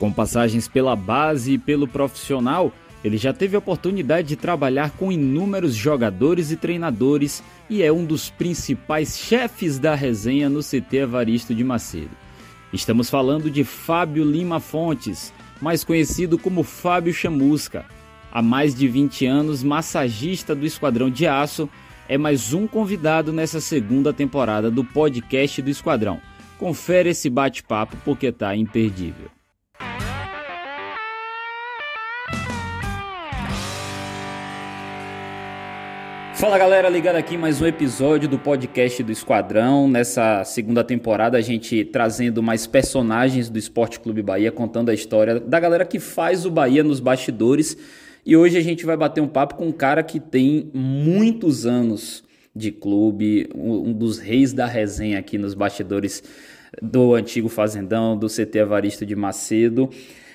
Com passagens pela base e pelo profissional, ele já teve a oportunidade de trabalhar com inúmeros jogadores e treinadores e é um dos principais chefes da resenha no CT Evaristo de Macedo. Estamos falando de Fábio Lima Fontes, mais conhecido como Fábio Chamusca. Há mais de 20 anos, massagista do Esquadrão de Aço, é mais um convidado nessa segunda temporada do podcast do Esquadrão. Confere esse bate-papo porque tá imperdível. Fala galera, ligado aqui em mais um episódio do podcast do Esquadrão. Nessa segunda temporada a gente trazendo mais personagens do Esporte Clube Bahia, contando a história da galera que faz o Bahia nos bastidores. E hoje a gente vai bater um papo com um cara que tem muitos anos de clube, um dos reis da resenha aqui nos bastidores do antigo Fazendão, do CT Evaristo de Macedo.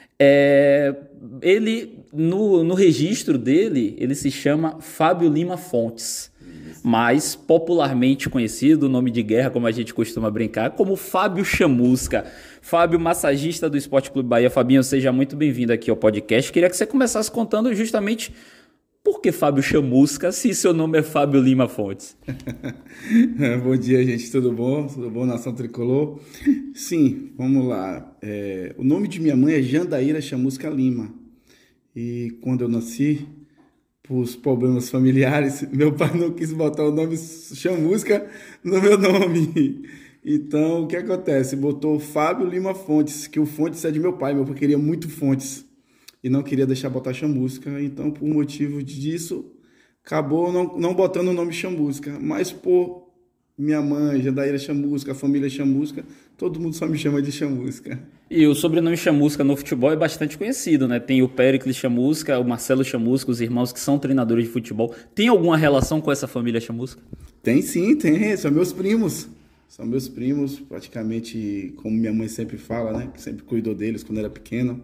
Ele, no registro dele, ele se chama Fábio Lima Fontes, mas popularmente conhecido, nome de guerra, como a gente costuma brincar, como Fábio Chamusca. Fábio, massagista do Esporte Clube Bahia. Fabinho, seja muito bem-vindo aqui ao podcast. Queria que você começasse contando justamente por que Fábio Chamusca, se seu nome é Fábio Lima Fontes. Bom dia, gente. Tudo bom? Tudo bom, Nação Tricolor? Sim, vamos lá. O nome de minha mãe é Jandaíra Chamusca Lima. E quando eu nasci, por problemas familiares, meu pai não quis botar o nome Chamusca no meu nome. Então, o que acontece? Botou Fábio Lima Fontes, que o Fontes é de meu pai. Meu pai queria muito Fontes e não queria deixar botar Chamusca. Então, por motivo disso, acabou não botando o nome Chamusca. Mas por minha mãe, Jandaíra Chamusca, a família Chamusca, todo mundo só me chama de Chamusca. E o sobrenome Chamusca no futebol é bastante conhecido, né? Tem o Péricles Chamusca, o Marcelo Chamusca, os irmãos que são treinadores de futebol. Tem alguma relação com essa família Chamusca? Tem sim, tem. São meus primos. São meus primos, praticamente, como minha mãe sempre fala, né? Que sempre cuidou deles quando era pequeno.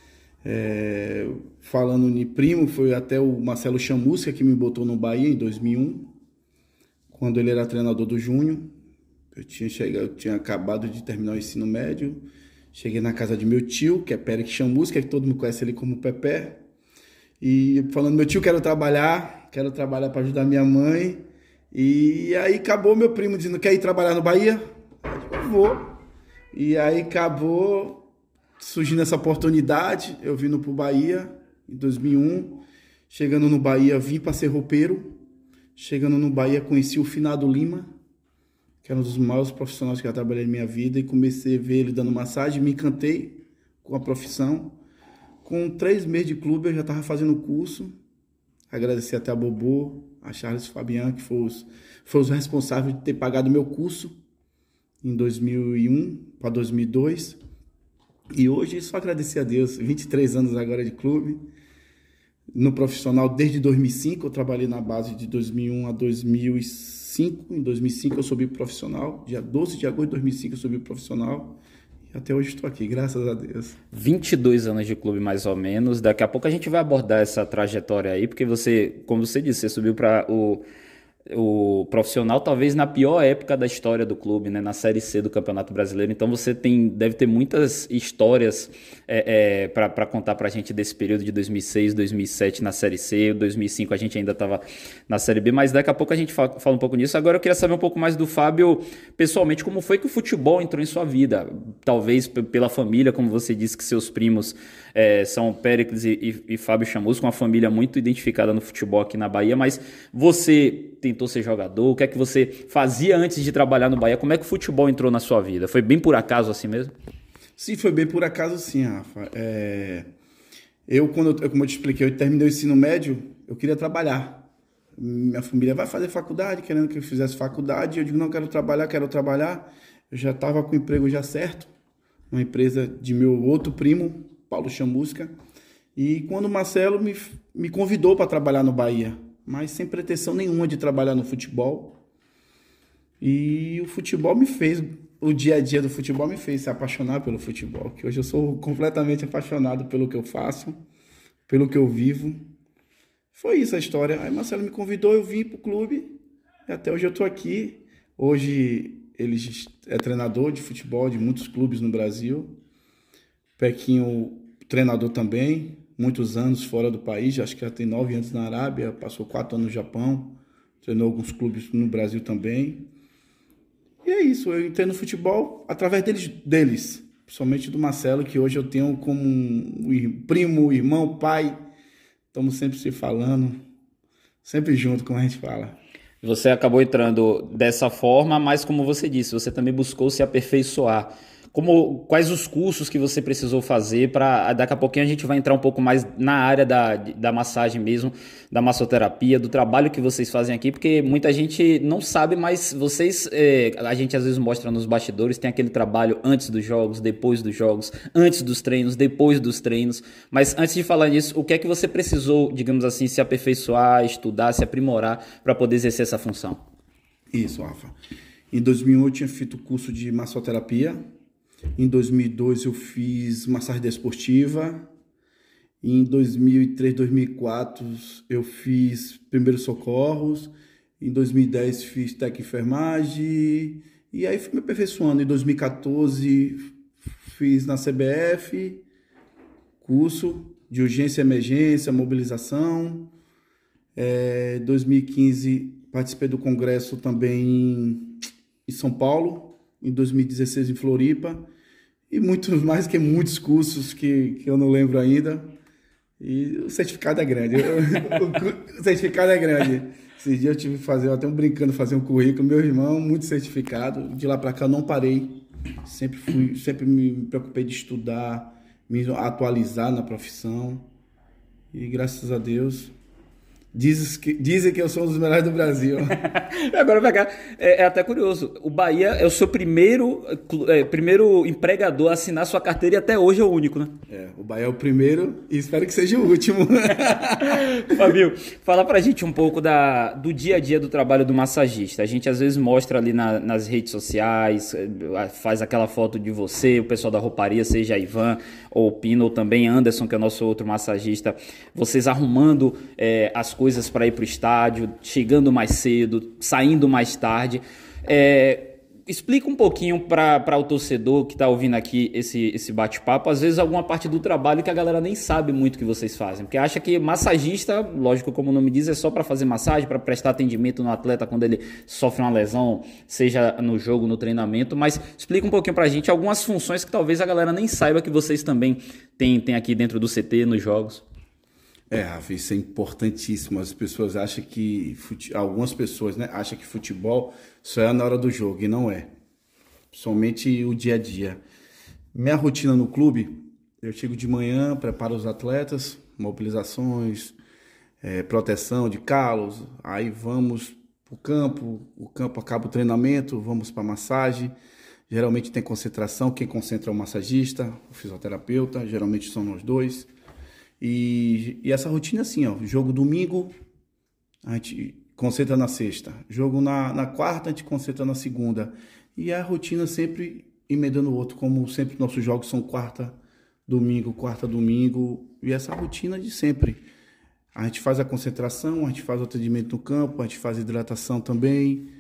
Falando em primo, foi até o Marcelo Chamusca que me botou no Bahia em 2001, quando ele era treinador do Júnior. Eu tinha acabado de terminar o ensino médio. Cheguei na casa de meu tio, que é Péricles Chamusca, que todo mundo conhece ele como Pepé. E falando, meu tio, quero trabalhar para ajudar minha mãe. E aí acabou meu primo dizendo, quer ir trabalhar no Bahia? Eu vou. E aí acabou surgindo essa oportunidade, eu vindo pro Bahia em 2001. Chegando no Bahia, vim para ser roupeiro. Chegando no Bahia, conheci o Finado Lima, que era um dos maiores profissionais que eu trabalhei na minha vida, e comecei a ver ele dando massagem, me encantei com a profissão. Com 3 meses de clube, eu já estava fazendo curso. Agradecer até a Bobô, a Charles Fabian, que foram os responsáveis de ter pagado meu curso em 2001 para 2002. E hoje, só agradecer a Deus, 23 anos agora de clube. No profissional, desde 2005, eu trabalhei na base de 2001 a 2005. Em 2005 eu subi profissional, dia 12 de agosto de 2005 eu subi profissional. E até hoje estou aqui, graças a Deus. 22 anos de clube mais ou menos. Daqui a pouco a gente vai abordar essa trajetória aí, porque você, como você disse, você subiu para o profissional talvez na pior época da história do clube, né? Na Série C do Campeonato Brasileiro. Então você deve ter muitas histórias para contar para a gente desse período de 2006, 2007 na Série C, 2005 a gente ainda estava na Série B, mas daqui a pouco a gente fala um pouco nisso. Agora eu queria saber um pouco mais do Fábio pessoalmente, como foi que o futebol entrou em sua vida? Talvez pela família, como você disse que seus primos são Péricles e Fábio Chamusca, uma família muito identificada no futebol aqui na Bahia, mas você tentou ser jogador? O que é que você fazia antes de trabalhar no Bahia? Como é que o futebol entrou na sua vida? Foi bem por acaso assim mesmo? Sim, foi bem por acaso sim, Rafa. Como eu te expliquei, eu terminei o ensino médio, eu queria trabalhar. Minha família vai fazer faculdade, querendo que eu fizesse faculdade. Eu digo, não, quero trabalhar. Eu já estava com o emprego já certo, uma empresa de meu outro primo, Paulo Chamusca. E quando o Marcelo me convidou para trabalhar no Bahia, mas sem pretensão nenhuma de trabalhar no futebol. E o futebol o dia a dia do futebol me fez se apaixonar pelo futebol, que hoje eu sou completamente apaixonado pelo que eu faço, pelo que eu vivo. Foi isso a história. Aí Marcelo me convidou, eu vim pro clube, e até hoje eu tô aqui. Hoje ele é treinador de futebol de muitos clubes no Brasil. Pequinho, treinador também, muitos anos fora do país, acho que já tem 9 anos na Arábia, passou 4 anos no Japão, treinou alguns clubes no Brasil também. E é isso, eu entrei no futebol através deles, principalmente do Marcelo, que hoje eu tenho como um primo, irmão, pai. Estamos sempre se falando, sempre junto, como a gente fala. Você acabou entrando dessa forma, mas como você disse, você também buscou se aperfeiçoar. Quais os cursos que você precisou fazer para daqui a pouquinho a gente vai entrar um pouco mais na área da massagem mesmo, da massoterapia, do trabalho que vocês fazem aqui, porque muita gente não sabe, mas vocês, a gente às vezes mostra nos bastidores, tem aquele trabalho antes dos jogos, depois dos jogos, antes dos treinos, depois dos treinos, mas antes de falar nisso, o que é que você precisou, digamos assim, se aperfeiçoar, estudar, se aprimorar para poder exercer essa função? Isso, Rafa. Em 2001 eu tinha feito o curso de massoterapia. Em 2002 eu fiz massagem desportiva. Em 2003, 2004 eu fiz primeiros socorros. Em 2010 fiz técnica de enfermagem. E aí fui me aperfeiçoando. Em 2014 fiz na CBF curso de urgência e emergência, mobilização. Em 2015 participei do congresso também em São Paulo. Em 2016 em Floripa, e muitos cursos que eu não lembro ainda, e o certificado é grande, o certificado é grande. Esse dia eu tive que fazer, até brincando, fazer um currículo, meu irmão, muito certificado, de lá para cá eu não parei, sempre me preocupei de estudar, me atualizar na profissão, e graças a Deus... Dizem que eu sou um dos melhores do Brasil. Agora vai cá, é até curioso. O Bahia é o seu primeiro empregador a assinar sua carteira e até hoje é o único, né? O Bahia é o primeiro e espero que seja o último. Fabio, fala pra gente um pouco do dia a dia do trabalho do massagista. A gente às vezes mostra ali nas redes sociais, faz aquela foto de você, o pessoal da rouparia, seja Ivan ou o Pino, ou também Anderson, que é o nosso outro massagista, vocês arrumando as coisas para ir para o estádio, chegando mais cedo, saindo mais tarde. Explica um pouquinho para o torcedor que está ouvindo aqui esse bate-papo, às vezes alguma parte do trabalho que a galera nem sabe muito que vocês fazem, porque acha que massagista, lógico, como o nome diz, é só para fazer massagem, para prestar atendimento no atleta quando ele sofre uma lesão, seja no jogo, no treinamento, mas explica um pouquinho para a gente algumas funções que talvez a galera nem saiba que vocês também têm aqui dentro do CT, nos jogos. Rafa, isso é importantíssimo. As pessoas acham que... Algumas pessoas, né, acham que futebol só é na hora do jogo, e não é. Somente o dia a dia. Minha rotina no clube, eu chego de manhã, preparo os atletas, mobilizações, proteção de calos, aí vamos para o campo acaba o treinamento, vamos para a massagem. Geralmente tem concentração, quem concentra é o massagista, o fisioterapeuta, geralmente são nós dois. E essa rotina é assim, jogo domingo, a gente concentra na sexta, jogo na quarta, a gente concentra na segunda, e a rotina sempre emendando o outro, como sempre nossos jogos são quarta, domingo, e essa rotina de sempre. A gente faz a concentração, a gente faz o atendimento no campo, a gente faz hidratação também,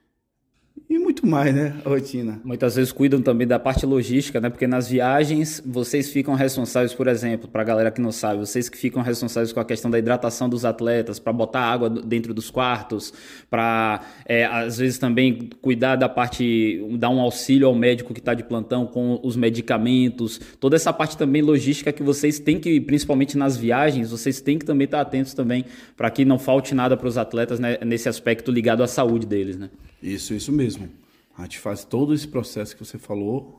e muito mais, né, a rotina. Muitas vezes cuidam também da parte logística, né? Porque nas viagens vocês ficam responsáveis, por exemplo, para a galera que não sabe, vocês que ficam responsáveis com a questão da hidratação dos atletas, para botar água dentro dos quartos, para às vezes também cuidar da parte, dar um auxílio ao médico que está de plantão com os medicamentos, toda essa parte também logística que vocês têm que, principalmente nas viagens, vocês têm que também estar atentos também para que não falte nada para os atletas, né, nesse aspecto ligado à saúde deles, né? Isso mesmo. A gente faz todo esse processo que você falou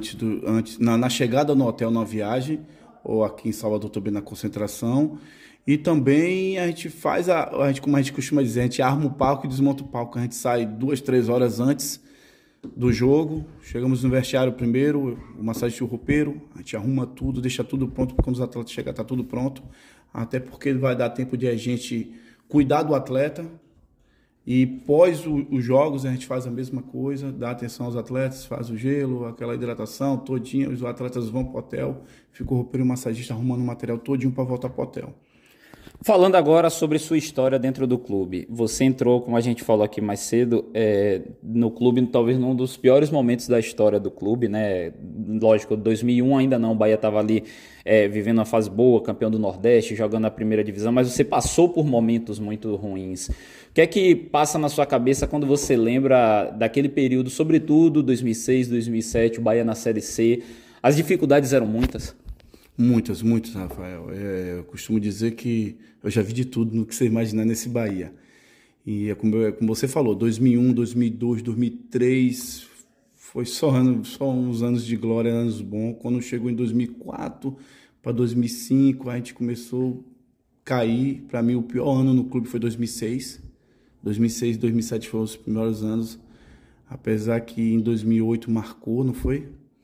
na chegada no hotel, na viagem, ou aqui em Salvador também na concentração. E também a gente faz, como a gente costuma dizer, a gente arma o palco e desmonta o palco. A gente sai 2, 3 horas antes do jogo, chegamos no vestiário primeiro, o massagista e o roupeiro, a gente arruma tudo, deixa tudo pronto, porque quando os atletas chegarem tá tudo pronto. Até porque vai dar tempo de a gente cuidar do atleta. E pós os jogos a gente faz a mesma coisa, dá atenção aos atletas, faz o gelo, aquela hidratação todinha, os atletas vão para o hotel, fica o roupeiro e o massagista arrumando o material todinho para voltar para o hotel. Falando agora sobre sua história dentro do clube, você entrou, como a gente falou aqui mais cedo, no clube talvez num dos piores momentos da história do clube, né? Lógico, 2001 ainda não, o Bahia estava ali vivendo uma fase boa, campeão do Nordeste, jogando a primeira divisão, mas você passou por momentos muito ruins. O que é que passa na sua cabeça quando você lembra daquele período, sobretudo 2006, 2007, o Bahia na Série C? As dificuldades eram muitas? Muitas, muitas, Rafael. Eu costumo dizer que eu já vi de tudo no que você imaginar nesse Bahia. E é como você falou, 2001, 2002, 2003, foi só uns anos de glória, anos bons. Quando chegou em 2004 para 2005, a gente começou a cair. Para mim, o pior ano no clube foi 2006. 2006 e 2007 foram os primeiros anos. Apesar que em 2008 marcou, não foi?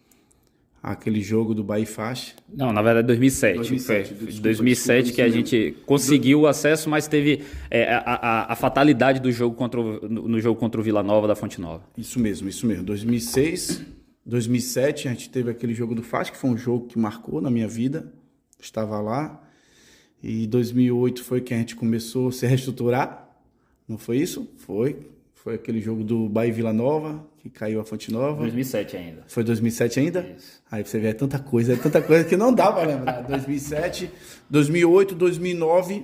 Aquele jogo do Bahia e Faixa. Não, na verdade 2007. 2007, Foi desculpa, 2007 que a gente conseguiu o acesso, mas teve a fatalidade do jogo no jogo contra o Vila Nova da Fonte Nova. Isso mesmo, isso mesmo. 2006, 2007 a gente teve aquele jogo do Faixa, que foi um jogo que marcou na minha vida. Estava lá. E 2008 foi que a gente começou a se reestruturar. Não foi isso? Foi. Foi aquele jogo do Bahia e Vila Nova, que caiu a Fonte Nova. 2007 ainda. Foi 2007 ainda? Isso. Aí você vê, é tanta coisa que não dá para lembrar. 2007, 2008, 2009.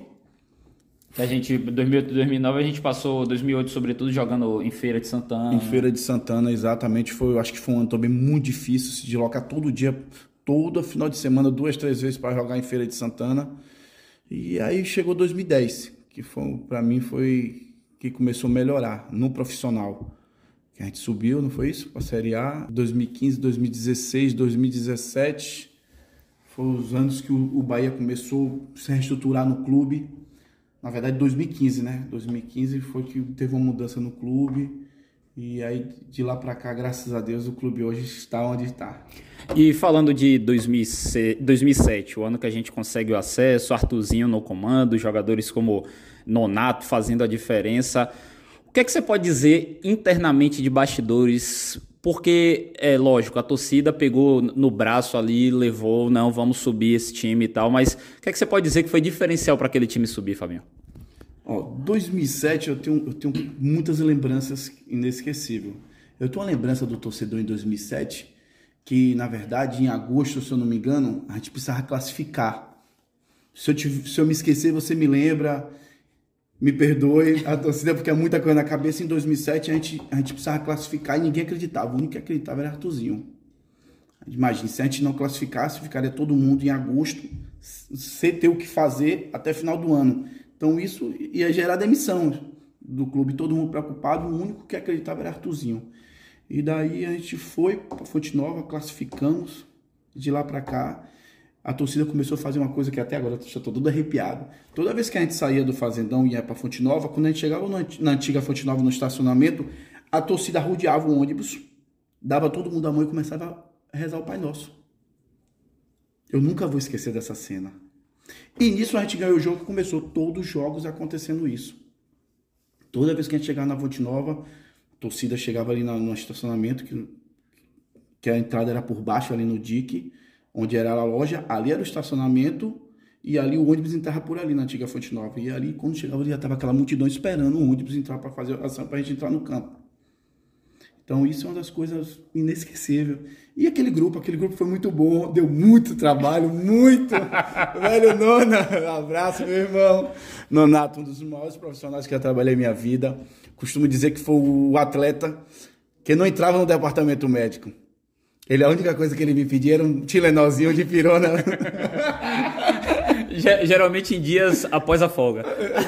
A gente, 2008, 2009, a gente passou 2008 sobretudo jogando em Feira de Santana. Em Feira de Santana, exatamente. Eu acho que foi um ano também muito difícil se deslocar todo dia, todo final de semana, 2, 3 vezes para jogar em Feira de Santana. E aí chegou 2010, que para mim foi que começou a melhorar no profissional. Que a gente subiu, não foi isso? Para a Série A. 2015, 2016, 2017. Foram os anos que o Bahia começou a se reestruturar no clube. Na verdade, 2015, né? 2015 foi que teve uma mudança no clube. E aí, de lá para cá, graças a Deus, o clube hoje está onde está. E falando de 2007, o ano que a gente consegue o acesso, Arthurzinho no comando, jogadores como Nonato fazendo a diferença. O que é que você pode dizer internamente de bastidores? Porque, lógico, a torcida pegou no braço ali, levou, não, vamos subir esse time e tal, mas o que é que você pode dizer que foi diferencial para aquele time subir, Fabinho? 2007 eu tenho muitas lembranças inesquecíveis. Eu tenho uma lembrança do torcedor em 2007, que na verdade em agosto, se eu não me engano, a gente precisava classificar. Se eu me esquecer, você me lembra, me perdoe a torcida, porque é muita coisa na cabeça. Em 2007 a gente precisava classificar e ninguém acreditava. O único que acreditava era Arthurzinho. Imagina, se a gente não classificasse, ficaria todo mundo em agosto, sem ter o que fazer até final do ano. Então isso ia gerar demissão do clube, todo mundo preocupado, o único que acreditava era Arthurzinho. E daí a gente foi para Fonte Nova, classificamos, de lá para cá, a torcida começou a fazer uma coisa que até agora eu estou todo arrepiado. Toda vez que a gente saía do Fazendão e ia para Fonte Nova, quando a gente chegava na antiga Fonte Nova, no estacionamento, a torcida rodeava o ônibus, dava todo mundo a mão e começava a rezar o Pai Nosso. Eu nunca vou esquecer dessa cena. E nisso a gente ganhou o jogo e começou todos os jogos acontecendo isso. Toda vez que a gente chegava na Fonte Nova, a torcida chegava ali no estacionamento, que a entrada era por baixo, ali no dique, onde era a loja, ali era o estacionamento, e ali o ônibus entrava por ali, na antiga Fonte Nova. E ali, quando chegava, ali já estava aquela multidão esperando o ônibus entrar para fazer a oração, para a gente entrar no campo. Então isso é uma das coisas inesquecíveis. E aquele grupo foi muito bom, deu muito trabalho, muito. Velho Nona, um abraço, meu irmão. Nonato, um dos maiores profissionais que eu trabalhei em minha vida. Costumo dizer que foi o atleta que não entrava no departamento médico. A única coisa que ele me pedia era um Tilenolzinho de pirona. Geralmente em dias após a folga.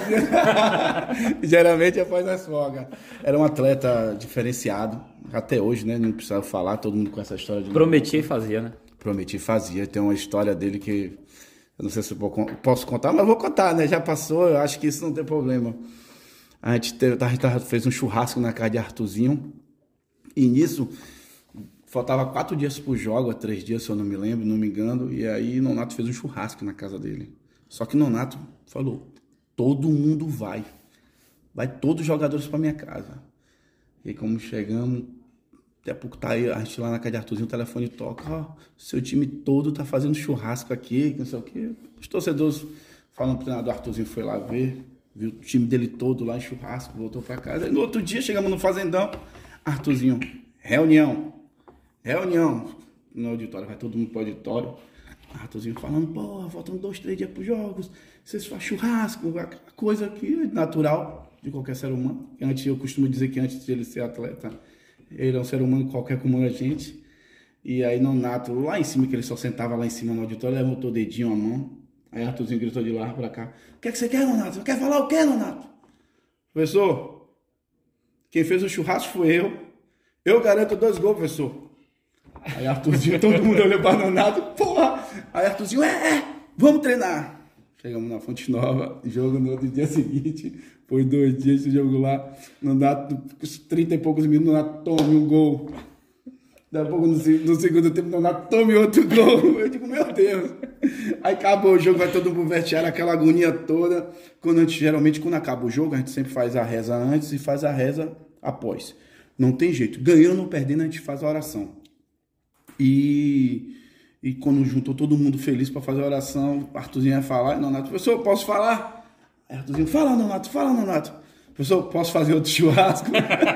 Geralmente após as folgas. Era um atleta diferenciado. Até hoje, né? Não precisava falar, todo mundo com essa história de... Prometia e fazia, né? Prometia e fazia. Tem uma história dele que... Eu não sei se eu posso contar, mas vou contar, né? Já passou, eu acho que isso não tem problema. A gente fez um churrasco na casa de Arthurzinho. E nisso... Faltava 4 dias pro jogo, 3 dias, se eu não me lembro, não me engano. E aí Nonato fez um churrasco na casa dele. Só que Nonato falou, todo mundo vai. Vai todos os jogadores para minha casa. E aí, como chegamos, daqui a pouco tá aí, a gente lá na casa de Arthurzinho, o telefone toca. Seu time todo tá fazendo churrasco aqui, não sei o quê. Os torcedores Falando pro treinador, Arthurzinho foi lá ver, viu o time dele todo lá em churrasco, voltou pra casa. E no outro dia, chegamos no fazendão, Arthurzinho, reunião no auditório, vai todo mundo pro auditório. Arthurzinho falando, pô, faltam 2, 3 dias pros jogos, vocês fazem churrasco, a coisa que é natural de qualquer ser humano. Antes, eu costumo dizer que antes de ele ser atleta, ele é um ser humano qualquer como a gente. E aí, Nonato, lá em cima, que ele só sentava lá em cima no auditório, levantou o dedinho, a mão. Aí Arthurzinho gritou de lá pra cá, o que é que você quer, Nonato? Você quer falar o quê, Nonato? Professor, quem fez o churrasco foi eu. Eu garanto 2 gols, professor. Aí Arthurzinho, todo mundo olhou pra Nonato, porra! Aí Arthurzinho, vamos treinar. Chegamos na Fonte Nova, jogo no outro dia seguinte, foi 2 dias de jogo lá, Nonato, 30 e poucos minutos, Nonato tome um gol. Daqui a pouco, no segundo tempo, Nonato tome outro gol. Eu digo, meu Deus. Aí acabou o jogo, vai todo mundo pro vestiário, aquela agonia toda. Geralmente, quando acaba o jogo, a gente sempre faz a reza antes e faz a reza após. Não tem jeito. Ganhando ou perdendo, a gente faz a oração. E quando juntou todo mundo feliz para fazer a oração, Arthurzinho ia falar, e Nonato, professor, posso falar? Aí Arthurzinho, fala, Nonato. Professor, posso fazer outro churrasco?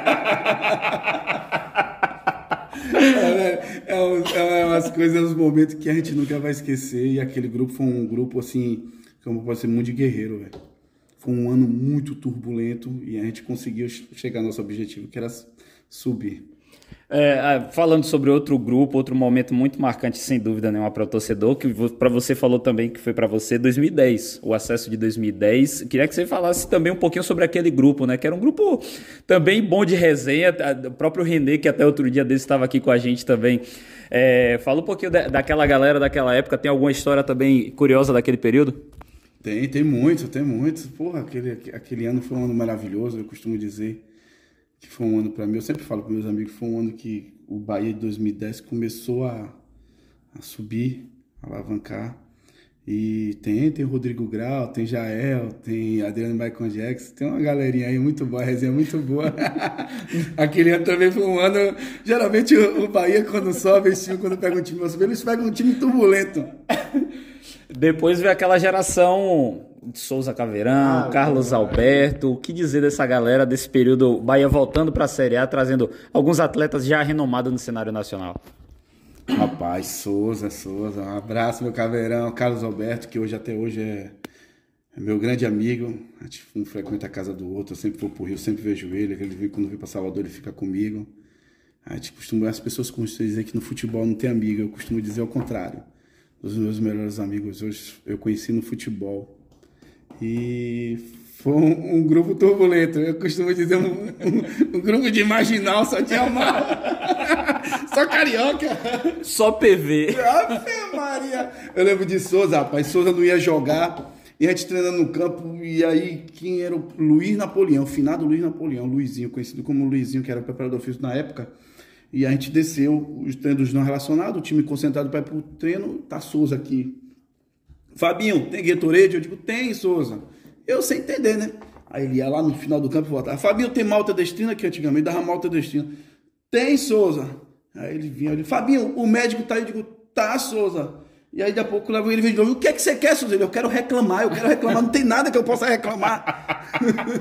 É umas coisas, uns momentos que a gente nunca vai esquecer. E aquele grupo foi um grupo, assim, como pode ser, muito de guerreiro, velho. Foi um ano muito turbulento e a gente conseguiu chegar ao nosso objetivo, que era subir. Falando sobre outro grupo, outro momento muito marcante, sem dúvida nenhuma, para o torcedor, que para você falou também que foi para você 2010, o acesso de 2010. Queria que você falasse também um pouquinho sobre aquele grupo, né? Que era um grupo também bom de resenha. O próprio Renê, que até outro dia desse estava aqui com a gente também. Fala um pouquinho daquela galera daquela época. Tem alguma história também curiosa daquele período? Tem muito. Porra, aquele ano foi um ano maravilhoso, eu costumo dizer. Que foi um ano para mim, eu sempre falo para meus amigos, foi um ano que o Bahia de 2010 começou a subir, a alavancar. E tem o Rodrigo Grau, tem Jael, tem Adriano Michael Jackson, tem uma galerinha aí muito boa, a resenha muito boa. Aquele ano também foi um ano, geralmente o Bahia quando sobe, quando pega um time, eles pegam um time turbulento. Depois veio aquela geração de Souza Caveirão, Carlos Alberto. O que dizer dessa galera, desse período, Bahia voltando para a Série A, trazendo alguns atletas já renomados no cenário nacional? Rapaz, Souza, um abraço, meu Caveirão, Carlos Alberto, que até hoje é meu grande amigo. A gente um frequenta a casa do outro, eu sempre vou pro Rio, sempre vejo ele. Quando vem para Salvador, ele fica comigo. As pessoas costumam dizer que no futebol não tem amigo, eu costumo dizer ao contrário. Os meus melhores amigos hoje eu conheci no futebol. E foi um grupo turbulento. Eu costumo dizer um grupo de marginal, só tinha mal. Só carioca. Só PV. Ave Maria. Eu lembro de Souza, rapaz. Souza não ia jogar. E a gente treinando no campo. E aí, quem era o Luiz Napoleão? O finado Luiz Napoleão. Luizinho, conhecido como Luizinho, que era o preparador físico na época. E a gente desceu, os treinos não relacionados, o time concentrado para ir pro treino, tá Souza aqui. Fabinho, tem Gatorade? Eu digo, tem, Souza. Eu sem entender, né? Aí ele ia lá no final do campo e voltava. Fabinho, tem maltodextrina? Que antigamente dava maltodextrina. Tem, Souza. Aí ele vinha, Fabinho, o médico tá aí? Eu digo, tá, Souza. E aí, daqui a pouco, ele vem de novo. O que é que você quer, Souza? Eu quero reclamar. Não tem nada que eu possa reclamar.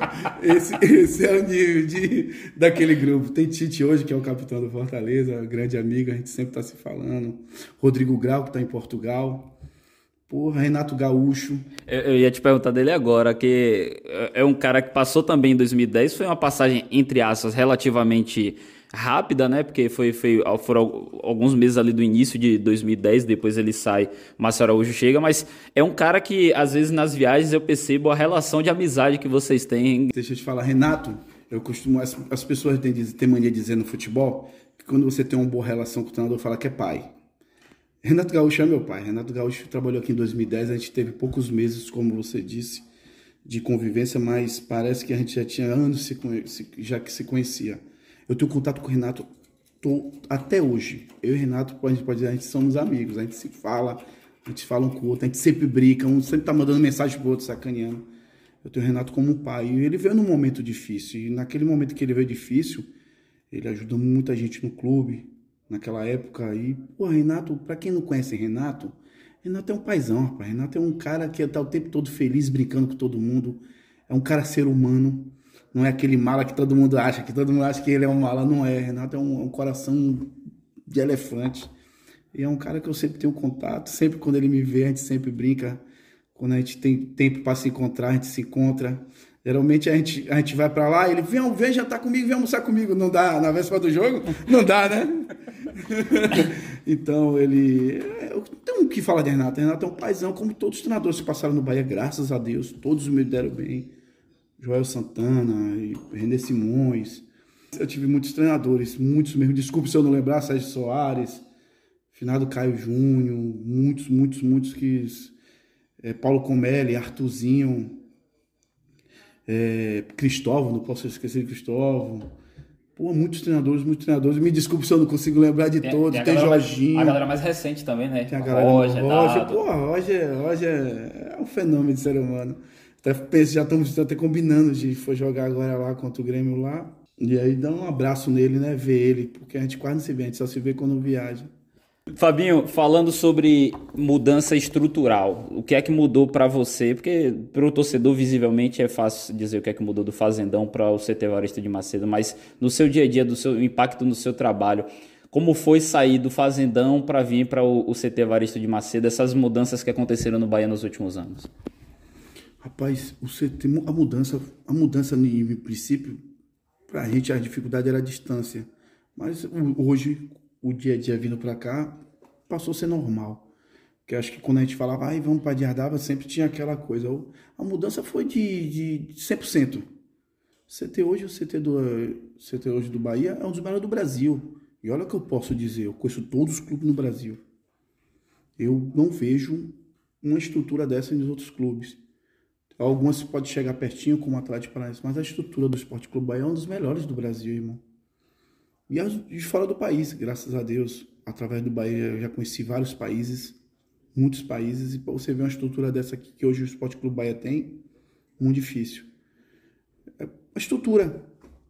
esse é o nível daquele grupo. Tem Tite hoje, que é o capitão do Fortaleza, grande amigo, a gente sempre tá se falando. Rodrigo Grau, que tá em Portugal. Porra, Renato Gaúcho. Eu ia te perguntar dele agora, que é um cara que passou também em 2010. Foi uma passagem, entre aspas, relativamente rápida, né? Porque foram alguns meses ali do início de 2010, depois ele sai, Márcio Araújo chega, mas é um cara que, às vezes, nas viagens eu percebo a relação de amizade que vocês têm. Deixa eu te falar, Renato, eu costumo, as pessoas têm mania de dizer no futebol que quando você tem uma boa relação com o treinador, fala que é pai. Renato Gaúcho é meu pai. Renato Gaúcho trabalhou aqui em 2010, a gente teve poucos meses, como você disse, de convivência, mas parece que a gente já tinha anos já que se conhecia. Eu tenho contato com o Renato até hoje. Eu e o Renato, a gente pode dizer, a gente somos amigos, a gente se fala, a gente fala um com o outro, a gente sempre brinca, um sempre tá mandando mensagem pro outro, sacaneando. Eu tenho o Renato como um pai, e ele veio num momento difícil, e naquele momento que ele veio difícil, ele ajudou muita gente no clube, naquela época. E, pô, Renato, para quem não conhece Renato, Renato é um paizão, rapaz. Renato é um cara que tá o tempo todo feliz, brincando com todo mundo. É um cara ser humano. Não é aquele mala que todo mundo acha, que ele é um mala. Não é. Renato é um coração de elefante. E é um cara que eu sempre tenho contato. Sempre quando ele me vê, a gente sempre brinca. Quando a gente tem tempo para se encontrar, a gente se encontra. Geralmente a gente vai para lá, ele vem jantar comigo, vem almoçar comigo. Não dá na véspera do jogo? Não dá, né? Então ele... Eu tenho o que falar de Renato. Renato é um paizão, como todos os treinadores que passaram no Bahia, graças a Deus. Todos me deram bem. Joel Santana, René Simões. Eu tive muitos treinadores, muitos mesmo. Desculpe se eu não lembrar, Sérgio Soares, finado Caio Júnior, muitos que... Paulo Comelli, Arthurzinho, Cristóvão, não posso esquecer de Cristóvão. Pô, muitos treinadores. Me desculpe se eu não consigo lembrar de todos. Tem Jorginho. A galera mais recente também, né? Tem a galera Roger. Pô, Roger é um fenômeno de ser humano. Até penso, já estamos até combinando de for jogar agora lá contra o Grêmio lá. E aí dá um abraço nele, né? Ver ele, porque a gente quase não se vê, a gente só se vê quando viaja. Fabinho, falando sobre mudança estrutural, o que é que mudou para você? Porque para o torcedor, visivelmente, é fácil dizer o que é que mudou do Fazendão para o CT Evaristo de Macedo, mas no seu dia a dia, do seu impacto no seu trabalho, como foi sair do Fazendão para vir para o CT Evaristo de Macedo, essas mudanças que aconteceram no Bahia nos últimos anos? Rapaz, a mudança em princípio, para a gente a dificuldade era a distância, mas hoje... O dia a dia vindo para cá passou a ser normal. Porque acho que quando a gente falava, vamos para Diardaba, sempre tinha aquela coisa. A mudança foi de 100%. CT hoje, o CT hoje do Bahia é um dos melhores do Brasil. E olha o que eu posso dizer, eu conheço todos os clubes no Brasil. Eu não vejo uma estrutura dessa nos outros clubes. Algumas podem chegar pertinho, como o Atlético Paranaense, mas a estrutura do Esporte Clube Bahia é um dos melhores do Brasil, irmão. E de fora do país, graças a Deus, através do Bahia, eu já conheci vários países, muitos países, e para você ver uma estrutura dessa aqui que hoje o Esporte Clube Bahia tem, muito difícil. A estrutura,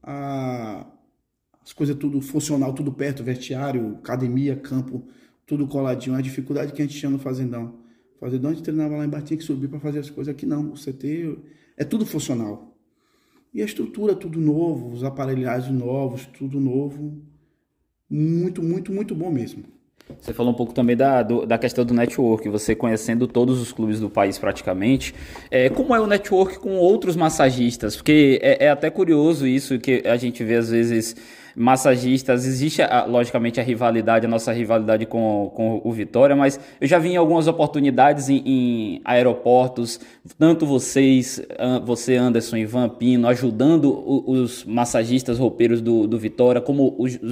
as coisas tudo funcional, tudo perto, vestiário, academia, campo, tudo coladinho. A dificuldade que a gente tinha no Fazendão. Fazendão a gente treinava lá embaixo, tinha que subir para fazer as coisas. Aqui não, o CT é tudo funcional. E a estrutura, tudo novo, os aparelhagens novos, tudo novo. Muito bom mesmo. Você falou um pouco também da questão do network, você conhecendo todos os clubes do país praticamente. Como é o network com outros massagistas? Porque é até curioso isso, que a gente vê às vezes massagistas, existe logicamente a nossa rivalidade com o Vitória, mas eu já vi em algumas oportunidades em aeroportos, tanto você Anderson, Ivan Pino, ajudando os massagistas roupeiros do Vitória, como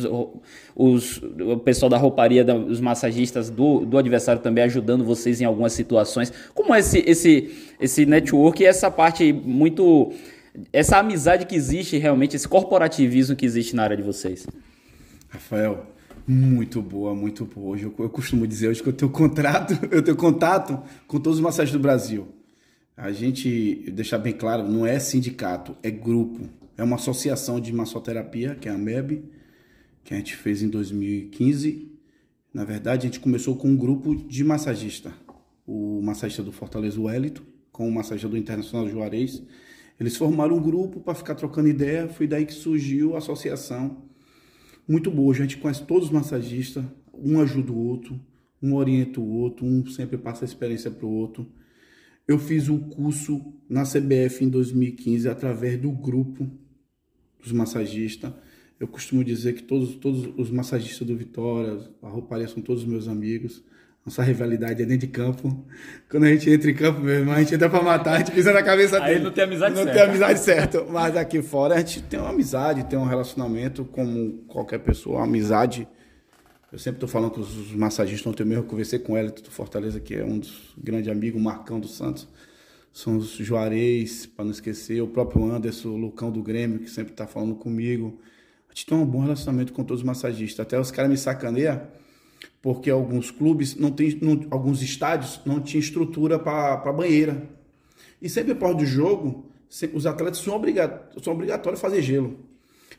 o pessoal da rouparia, os massagistas do adversário também ajudando vocês em algumas situações. Como é esse network e essa parte muito... essa amizade que existe realmente, esse corporativismo que existe na área de vocês? Rafael, muito boa. Hoje eu costumo dizer hoje que eu tenho contato com todos os massagistas do Brasil. A gente, deixar bem claro, não é sindicato, é grupo. É uma associação de massoterapia, que é a MEB, que a gente fez em 2015. Na verdade, a gente começou com um grupo de massagista. O massagista do Fortaleza, o Wellington, com o massagista do Internacional Juarez. Eles formaram um grupo para ficar trocando ideia, foi daí que surgiu a associação. Muito boa, a gente conhece todos os massagistas, um ajuda o outro, um orienta o outro, um sempre passa a experiência para o outro. Eu fiz o curso na CBF em 2015 através do grupo dos massagistas. Eu costumo dizer que todos os massagistas do Vitória, a rouparia, são todos meus amigos. Nossa rivalidade é dentro de campo. Quando a gente entra em campo, meu irmão, a gente entra pra matar, a gente pisa na cabeça dele. Aí não tem amizade certa. Não tem amizade certa. Mas aqui fora a gente tem uma amizade, tem um relacionamento como qualquer pessoa. Uma amizade. Eu sempre tô falando com os massagistas, ontem mesmo eu conversei com o Hélio do Fortaleza, que é um dos grandes amigos, o Marcão do Santos. São os Juarez, para não esquecer, o próprio Anderson, o Lucão do Grêmio, que sempre tá falando comigo. A gente tem um bom relacionamento com todos os massagistas. Até os caras me sacaneiam, porque alguns clubes, alguns estádios não tinham estrutura para banheira. E sempre após do jogo, os atletas são obrigatórios a fazer gelo.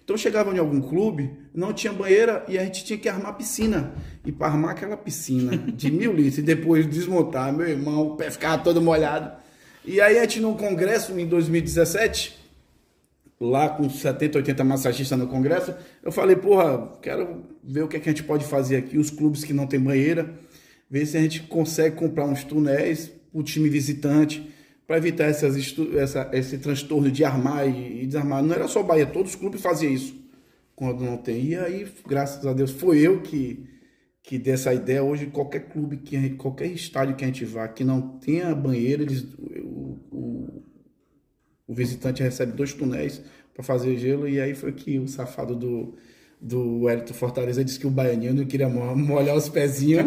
Então chegava em algum clube, não tinha banheira e a gente tinha que armar piscina. E para armar aquela piscina de 1.000 litros e depois desmontar, meu irmão, o pé ficava todo molhado. E aí a gente num congresso em 2017, lá com 70, 80 massagistas no congresso, eu falei, porra, quero ver o que, é que a gente pode fazer aqui, os clubes que não tem banheira, ver se a gente consegue comprar uns túneis para o time visitante, para evitar esse transtorno de armar e desarmar. Não era só o Bahia, todos os clubes faziam isso quando não tem. E aí, graças a Deus, foi eu que dei essa ideia. Hoje, qualquer clube, qualquer estádio que a gente vá, que não tenha banheiro, o visitante recebe 2 túneis para fazer gelo. E aí foi que o safado do Wellington Fortaleza disse que o baianinho não queria molhar os pezinhos.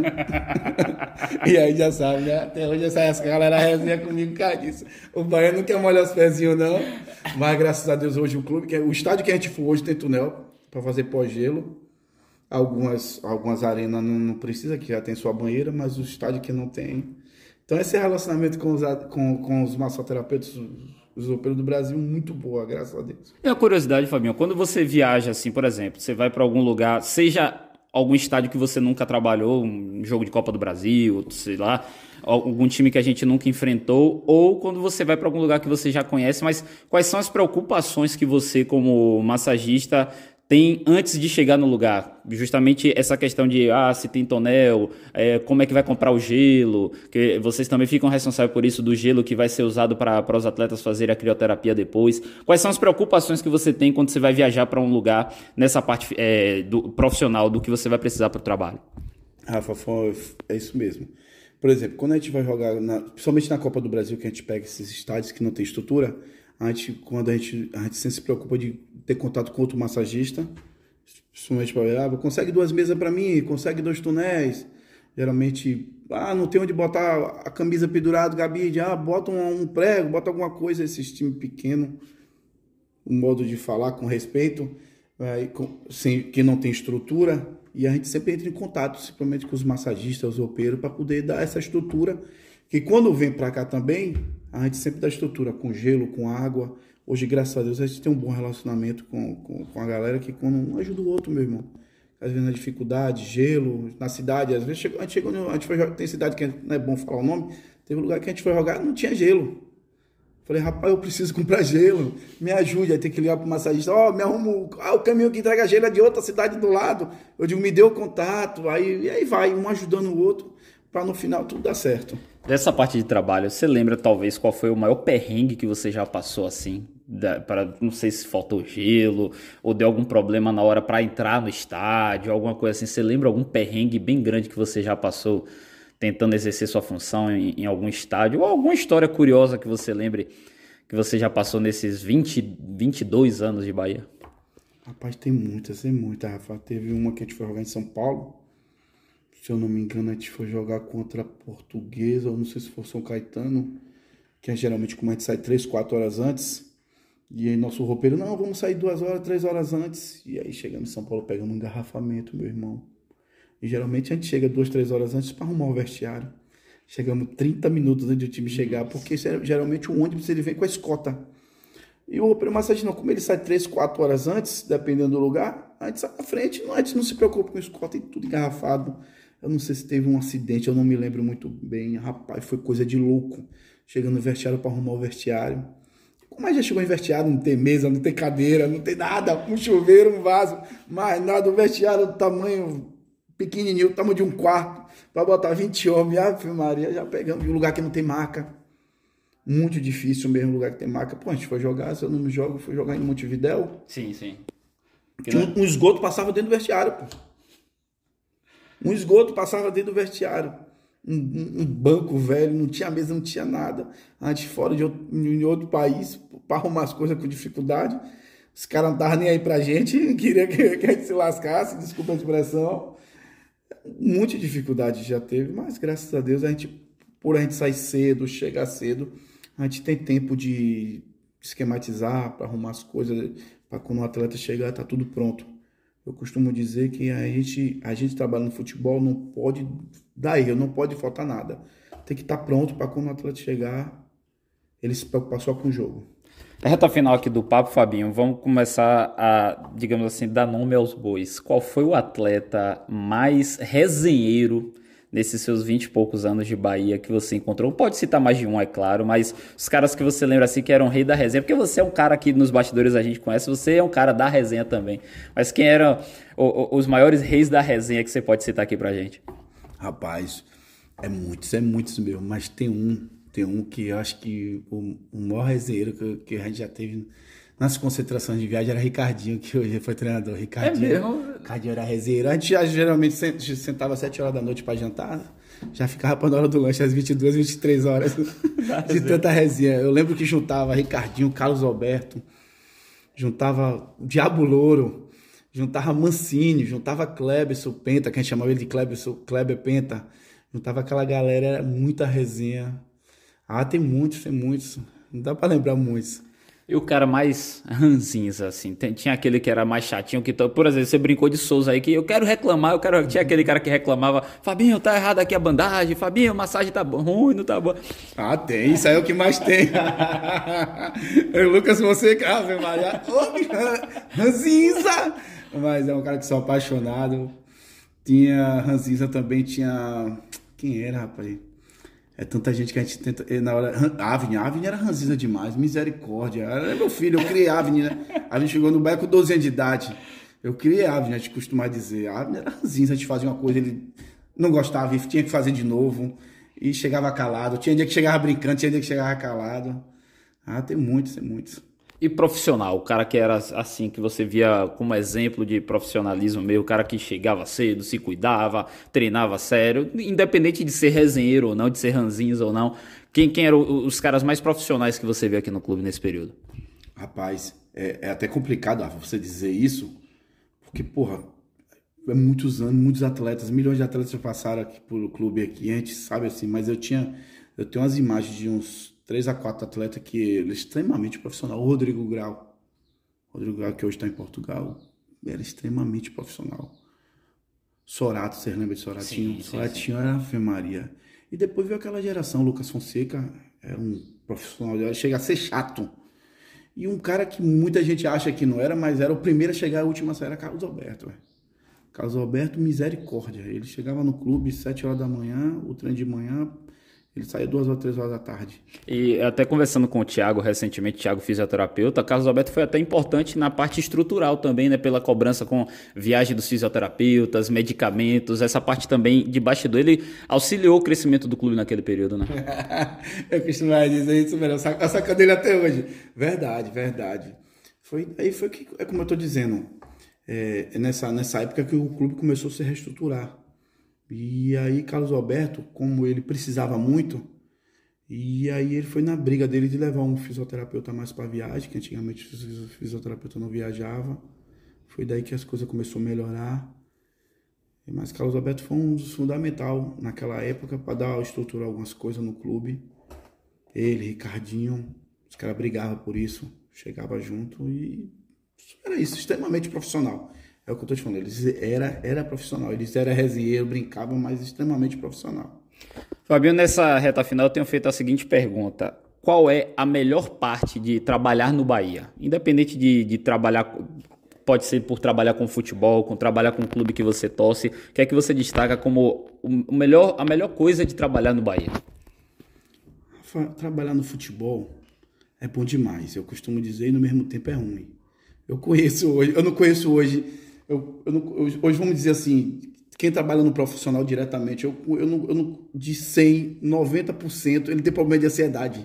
E aí já sabe, né? Até hoje essa galera resenha comigo, cara, disso. O baiano não quer molhar os pezinhos, não. Mas graças a Deus hoje o estádio que a gente for hoje tem túnel para fazer pós-gelo. Algumas arenas não precisa, que já tem sua banheira, mas o estádio que não tem. Então esse relacionamento com os massoterapeutas, os europeus do Brasil, muito boa, graças a Deus. E a curiosidade, Fabinho, quando você viaja assim, por exemplo, você vai para algum lugar, seja algum estádio que você nunca trabalhou, um jogo de Copa do Brasil, sei lá, algum time que a gente nunca enfrentou, ou quando você vai para algum lugar que você já conhece, mas quais são as preocupações que você, como massagista, tem antes de chegar no lugar? Justamente essa questão de, se tem tonel, como é que vai comprar o gelo, que vocês também ficam responsáveis por isso, do gelo que vai ser usado para os atletas fazerem a crioterapia depois. Quais são as preocupações que você tem quando você vai viajar para um lugar, nessa parte do profissional, do que você vai precisar para o trabalho? Rafa, é isso mesmo. Por exemplo, quando a gente vai jogar, principalmente na Copa do Brasil, que a gente pega esses estádios que não tem estrutura, a gente sempre se preocupa de ter contato com outro massagista, principalmente para ver, consegue 2 mesas para mim, consegue 2 túneis. Geralmente, não tem onde botar a camisa pendurada, Gabi, bota um prego, bota alguma coisa, esses times pequenos, um modo de falar com respeito, que não tem estrutura, e a gente sempre entra em contato, principalmente com os massagistas, os roupeiros, para poder dar essa estrutura, que quando vem para cá também, a gente sempre dá estrutura com gelo, com água. Hoje, graças a Deus, a gente tem um bom relacionamento com a galera, que quando um ajuda o outro, meu irmão. Às vezes na dificuldade, gelo, na cidade, às vezes a gente foi jogar, tem cidade que não é bom falar o nome, teve um lugar que a gente foi jogar, não tinha gelo. Falei, rapaz, eu preciso comprar gelo, me ajude. Aí tem que ligar para o massagista, me arruma o caminho que entrega gelo é de outra cidade do lado. Eu digo, me dê o contato, e aí vai, um ajudando o outro, para no final tudo dar certo. Dessa parte de trabalho, você lembra talvez qual foi o maior perrengue que você já passou assim? Não sei se faltou gelo ou deu algum problema na hora para entrar no estádio, alguma coisa assim. Você lembra algum perrengue bem grande que você já passou tentando exercer sua função em algum estádio? Ou alguma história curiosa que você lembre que você já passou nesses 22 anos de Bahia? Rapaz, tem muitas, Rafa. Teve uma que a gente foi jogar em São Paulo. Se eu não me engano, a gente foi jogar contra a Portuguesa, ou não sei se for São Caetano, que é geralmente como a gente sai 3, 4 horas antes. E aí nosso roupeiro, não, vamos sair 2 horas, 3 horas antes. E aí chegamos em São Paulo, pegamos um engarrafamento, meu irmão. E geralmente a gente chega 2, 3 horas antes para arrumar o vestiário. Chegamos 30 minutos antes do time chegar, porque geralmente o ônibus ele vem com a escota. E o roupeiro massagista não, como ele sai 3, 4 horas antes, dependendo do lugar, a gente sai na frente, a gente não se preocupa com escota e tudo engarrafado. Eu não sei se teve um acidente, eu não me lembro muito bem. Rapaz, foi coisa de louco. Chegando no vestiário para arrumar o vestiário. Como a gente chegou em vestiário, não tem mesa, não tem cadeira, não tem nada, um chuveiro, um vaso, mais nada. O vestiário do tamanho pequenininho, do tamanho de um quarto, para botar 20 homens. Ave Maria, já pegamos um lugar que não tem maca. Muito difícil mesmo, lugar que tem maca. Pô, a gente foi jogar, se eu não me jogo, fui jogar em Montevidéu. Sim. Um esgoto passava dentro do vestiário, pô. Um esgoto passava dentro do vestiário. Um banco velho, não tinha mesa, não tinha nada. A gente fora de outro país, para arrumar as coisas com dificuldade. Os caras não estavam nem aí pra gente, queria que a gente se lascasse, desculpa a expressão. Muita dificuldade já teve, mas graças a Deus, por a gente sair cedo, chegar cedo, a gente tem tempo de esquematizar, para arrumar as coisas, para quando o atleta chegar, tá tudo pronto. Eu costumo dizer que a gente trabalha no futebol, não pode dar erro, não pode faltar nada. Tem que estar pronto para quando o atleta chegar, ele se preocupar só com o jogo. Reta final aqui do papo, Fabinho. Vamos começar a, digamos assim, dar nome aos bois. Qual foi o atleta mais resenheiro nesses seus 20 e poucos anos de Bahia que você encontrou? Pode citar mais de um, é claro, mas os caras que você lembra assim que eram rei da resenha, porque você é um cara que nos bastidores a gente conhece, você é um cara da resenha também. Mas quem eram os maiores reis da resenha que você pode citar aqui pra gente? Rapaz, é muitos mesmo, mas tem um que eu acho que o maior resenheiro que a gente já teve nas concentrações de viagem era Ricardinho, que hoje foi treinador. É mesmo? Ricardinho era resenheiro. A gente já geralmente sentava às 7 horas da noite para jantar, já ficava para na hora do lanche às 22, 23 horas de tanta resenha. Eu lembro que juntava Ricardinho, Carlos Alberto, juntava o Diabo Louro, juntava Mancini, juntava Kleberson Penta, que a gente chamava ele de Kleber Penta, juntava aquela galera, era muita resenha. Ah, tem muitos, tem muitos. Não dá pra lembrar muitos. E o cara mais ranzinza, assim, tinha aquele que era mais chatinho, que, por exemplo, você brincou de Souza aí, que eu quero reclamar, tinha aquele cara que reclamava, Fabinho, tá errado aqui a bandagem, Fabinho, a massagem tá ruim, não tá boa. Ah, tem, isso aí é o que mais tem. Lucas, você, Ave Maria, ranzinza! Mas é um cara que sou apaixonado. Tinha ranzinza também, tinha... Quem era, rapaz? É tanta gente que a gente tenta. Na hora. Avni era ranzinza demais, misericórdia. Era meu filho, eu criei Avni, né? Avni chegou no bairro com 12 anos de idade. Eu criei Avni, a gente costuma dizer. Avni era ranzinza, a gente fazia uma coisa, ele não gostava, ele tinha que fazer de novo. E chegava calado. Tinha dia que chegava brincando, tinha dia que chegava calado. Ah, tem muitos, tem muitos. E profissional, o cara que era assim, que você via como exemplo de profissionalismo meio, o cara que chegava cedo, se cuidava, treinava sério, independente de ser resenheiro ou não, de ser ranzinhos ou não. Quem eram os caras mais profissionais que você viu aqui no clube nesse período? Rapaz, é até complicado você dizer isso, porque, porra, é muitos anos, muitos atletas, milhões de atletas já passaram aqui pelo clube aqui, a gente sabe assim, mas eu tenho umas imagens de uns 3 a 4 atletas que ele é extremamente profissional. O Rodrigo Grau, que hoje está em Portugal, era extremamente profissional. Sorato, vocês lembram de Soratinho? Sim, Soratinho era Ave Maria. E depois veio aquela geração, Lucas Fonseca, era um profissional, chega a ser chato. E um cara que muita gente acha que não era, mas era o primeiro a chegar, a última a sair, era Carlos Alberto. Véio. Carlos Alberto, misericórdia. Ele chegava no clube 7 horas da manhã, o treino de manhã, ele saía 2 ou 3 horas da tarde. E até conversando com o Thiago recentemente, Thiago fisioterapeuta, Carlos Alberto foi até importante na parte estrutural também, né? Pela cobrança com viagem dos fisioterapeutas, medicamentos, essa parte também de bastidor. Ele auxiliou o crescimento do clube naquele período, né? Eu costumo dizer isso, velho. Eu saco dele até hoje. Verdade, verdade. Aí foi que, é como eu tô dizendo, nessa época que o clube começou a se reestruturar. E aí Carlos Alberto, como ele precisava muito, e aí ele foi na briga dele de levar um fisioterapeuta mais para viagem, que antigamente o fisioterapeuta não viajava. Foi daí que as coisas começaram a melhorar. Mas Carlos Alberto foi um dos fundamental naquela época para dar estrutura a algumas coisas no clube. Ele, Ricardinho, os caras brigavam por isso, chegava junto e era isso, extremamente profissional. É o que eu tô te falando, eles era profissional, eles eram resenheiro, brincavam, mas extremamente profissional. Fabinho, nessa reta final eu tenho feito a seguinte pergunta: qual é a melhor parte de trabalhar no Bahia? Independente de trabalhar, pode ser por trabalhar com futebol, com trabalhar com o clube que você torce, o que é que você destaca como a melhor coisa de trabalhar no Bahia? Trabalhar no futebol é bom demais, eu costumo dizer, e no mesmo tempo é ruim. Eu não conheço hoje, hoje vamos dizer assim, quem trabalha no profissional diretamente, de 100, 90% ele tem problema de ansiedade.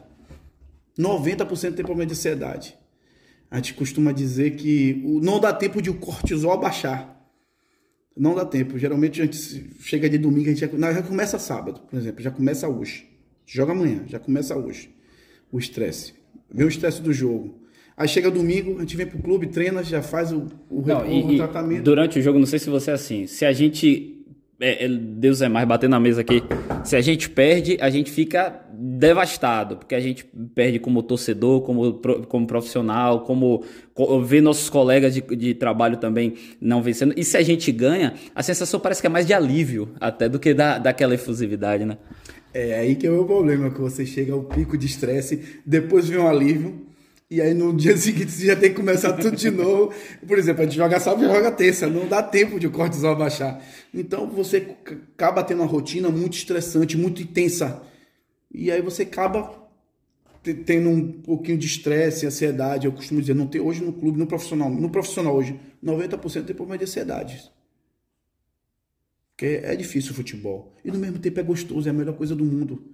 90% tem problema de ansiedade. A gente costuma dizer que não dá tempo de o cortisol baixar. Não dá tempo. Geralmente a gente chega de domingo, a gente já começa sábado, por exemplo, já começa hoje. Joga amanhã, já começa hoje. O estresse. Vem o estresse do jogo. Aí chega domingo, a gente vem pro clube, treina, já faz o tratamento. Durante o jogo, não sei se você é assim, se a gente... Deus é mais, bater na mesa aqui. Se a gente perde, a gente fica devastado, porque a gente perde como torcedor, como profissional, como ver nossos colegas de trabalho também não vencendo. E se a gente ganha, a sensação parece que é mais de alívio até do que daquela efusividade, né? É aí que é o meu problema, que você chega ao pico de estresse, depois vem um alívio, E aí no dia seguinte você já tem que começar tudo de novo. Por exemplo, a gente joga sábado e joga terça, não dá tempo de o cortisol baixar. Então você acaba tendo uma rotina muito estressante, muito intensa. E aí você acaba tendo um pouquinho de estresse, ansiedade. Eu costumo dizer, não tem hoje no clube, no profissional hoje, 90% tem problema de ansiedade. Porque é difícil o futebol. E no mesmo tempo é gostoso, é a melhor coisa do mundo.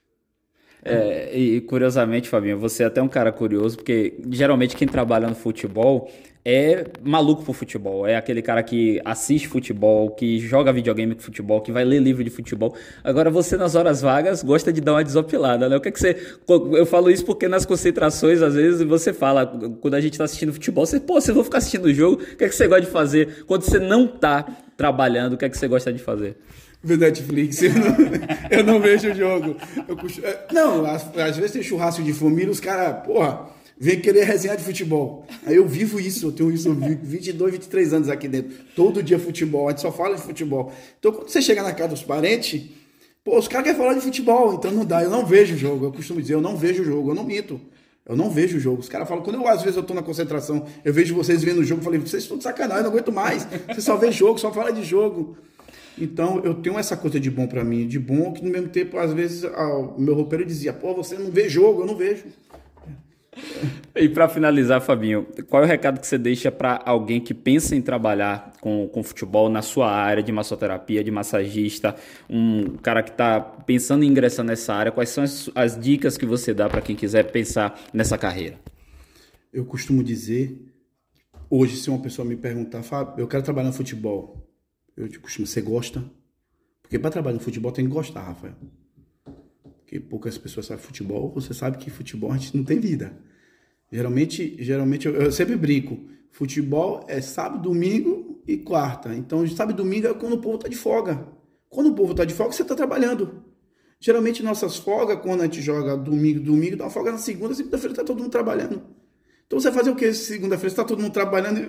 E curiosamente, Fabinho, você é até um cara curioso, porque geralmente quem trabalha no futebol é maluco pro futebol, é aquele cara que assiste futebol, que joga videogame com futebol, que vai ler livro de futebol. Agora você nas horas vagas gosta de dar uma desopilada, né? O que é que você... Eu falo isso porque nas concentrações, às vezes, você fala, quando a gente tá assistindo futebol, vocês vão ficar assistindo o jogo, o que é que você gosta de fazer? Quando você não tá trabalhando, o que é que você gosta de fazer? Ver Netflix, eu não vejo o jogo. Não, às vezes tem churrasco de família, os caras, porra, vem querer resenhar de futebol. Aí eu vivo isso, eu tenho isso 22, 23 anos aqui dentro. Todo dia futebol, a gente só fala de futebol. Então quando você chega na casa dos parentes, pô, os caras querem falar de futebol, então não dá, eu não vejo o jogo. Eu costumo dizer, eu não vejo o jogo, eu não minto. Eu não vejo o jogo. Os caras falam, às vezes eu tô na concentração, eu vejo vocês vendo o jogo, eu falei, vocês estão de sacanagem, eu não aguento mais. Você só vê jogo, só fala de jogo. Então, eu tenho essa coisa de bom pra mim, de bom que no mesmo tempo, às vezes, o meu roupeiro dizia, pô, você não vê jogo, eu não vejo. E para finalizar, Fabinho, qual é o recado que você deixa para alguém que pensa em trabalhar com futebol na sua área de massoterapia, de massagista, um cara que está pensando em ingressar nessa área? Quais são as dicas que você dá para quem quiser pensar nessa carreira? Eu costumo dizer, hoje, se uma pessoa me perguntar, Fábio, eu quero trabalhar no futebol, eu costumo, você gosta? Porque para trabalhar no futebol tem que gostar, Rafael. Porque poucas pessoas sabem futebol, você sabe que futebol a gente não tem vida. Geralmente eu sempre brinco, futebol é sábado, domingo e quarta. Então, sábado e domingo é quando o povo está de folga. Quando o povo está de folga, você está trabalhando. Geralmente nossas folgas, quando a gente joga domingo, dá uma folga na segunda-feira está todo mundo trabalhando. Então você vai fazer o que segunda-feira? Está todo mundo trabalhando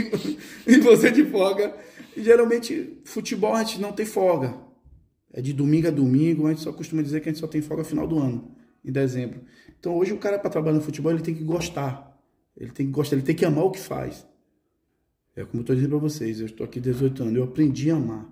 e você de folga. E geralmente, futebol a gente não tem folga. É de domingo a domingo, a gente só costuma dizer que a gente só tem folga no final do ano, em dezembro. Então hoje o cara para trabalhar no futebol, ele tem que gostar. Ele tem que gostar, ele tem que amar o que faz. É como eu estou dizendo para vocês, eu estou aqui 18 anos, eu aprendi a amar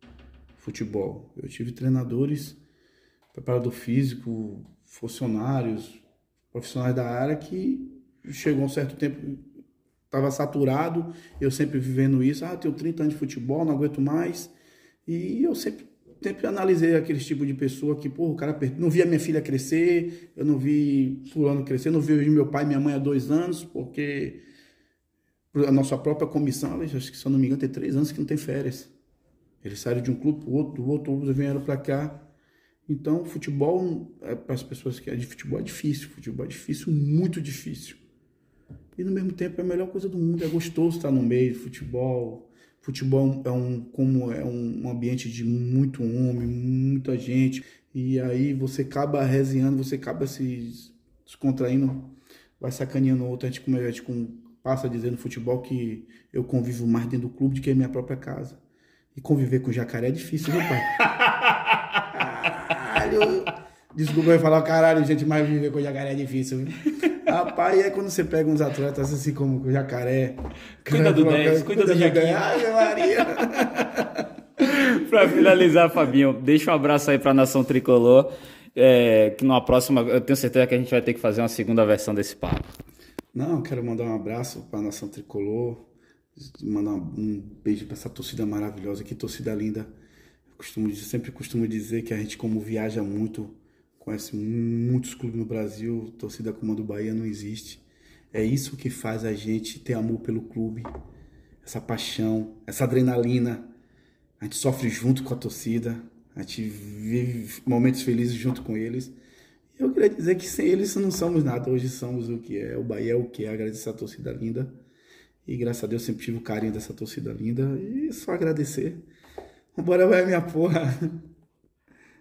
futebol. Eu tive treinadores, preparador físico, funcionários, profissionais da área que chegou um certo tempo, estava saturado, eu sempre vivendo isso, tenho 30 anos de futebol, não aguento mais, e eu sempre analisei aquele tipo de pessoa que, pô, o cara não via minha filha crescer, eu não vi fulano crescer, não vi meu pai e minha mãe há 2 anos, porque a nossa própria comissão, acho que se eu não me engano tem 3 anos que não tem férias, eles saíram de um clube para o outro, do outro vieram para cá. Então futebol, para as pessoas que é de futebol é difícil, muito difícil. E no mesmo tempo é a melhor coisa do mundo, é gostoso estar no meio de futebol. Futebol é um ambiente de muito homem, muita gente. E aí você acaba resenhando, você acaba se descontraindo, vai sacaneando o outro. A gente passa a dizer no futebol que eu convivo mais dentro do clube do que a minha própria casa. E conviver com jacaré é difícil, viu, pai? Caralho! Desculpa eu falar, caralho, gente, mas viver com jacaré é difícil, viu? Rapaz, é quando você pega uns atletas assim como o jacaré. Cuida do 10, cuida do jacaré. Ai, Maria! Para finalizar, Fabinho, deixa um abraço aí para a Nação Tricolor. Que numa próxima, eu tenho certeza que a gente vai ter que fazer uma segunda versão desse papo. Não, quero mandar um abraço para a Nação Tricolor, mandar um beijo para essa torcida maravilhosa, que torcida linda. Sempre costumo dizer que a gente, como viaja muito, conhece muitos clubes no Brasil, torcida como a do Bahia não existe. É isso que faz a gente ter amor pelo clube, essa paixão, essa adrenalina. A gente sofre junto com a torcida, a gente vive momentos felizes junto com eles. E eu queria dizer que sem eles não somos nada, hoje somos o que é, o Bahia é o que é, agradecer a torcida linda. E graças a Deus sempre tive o carinho dessa torcida linda e só agradecer. Bora, vai minha porra.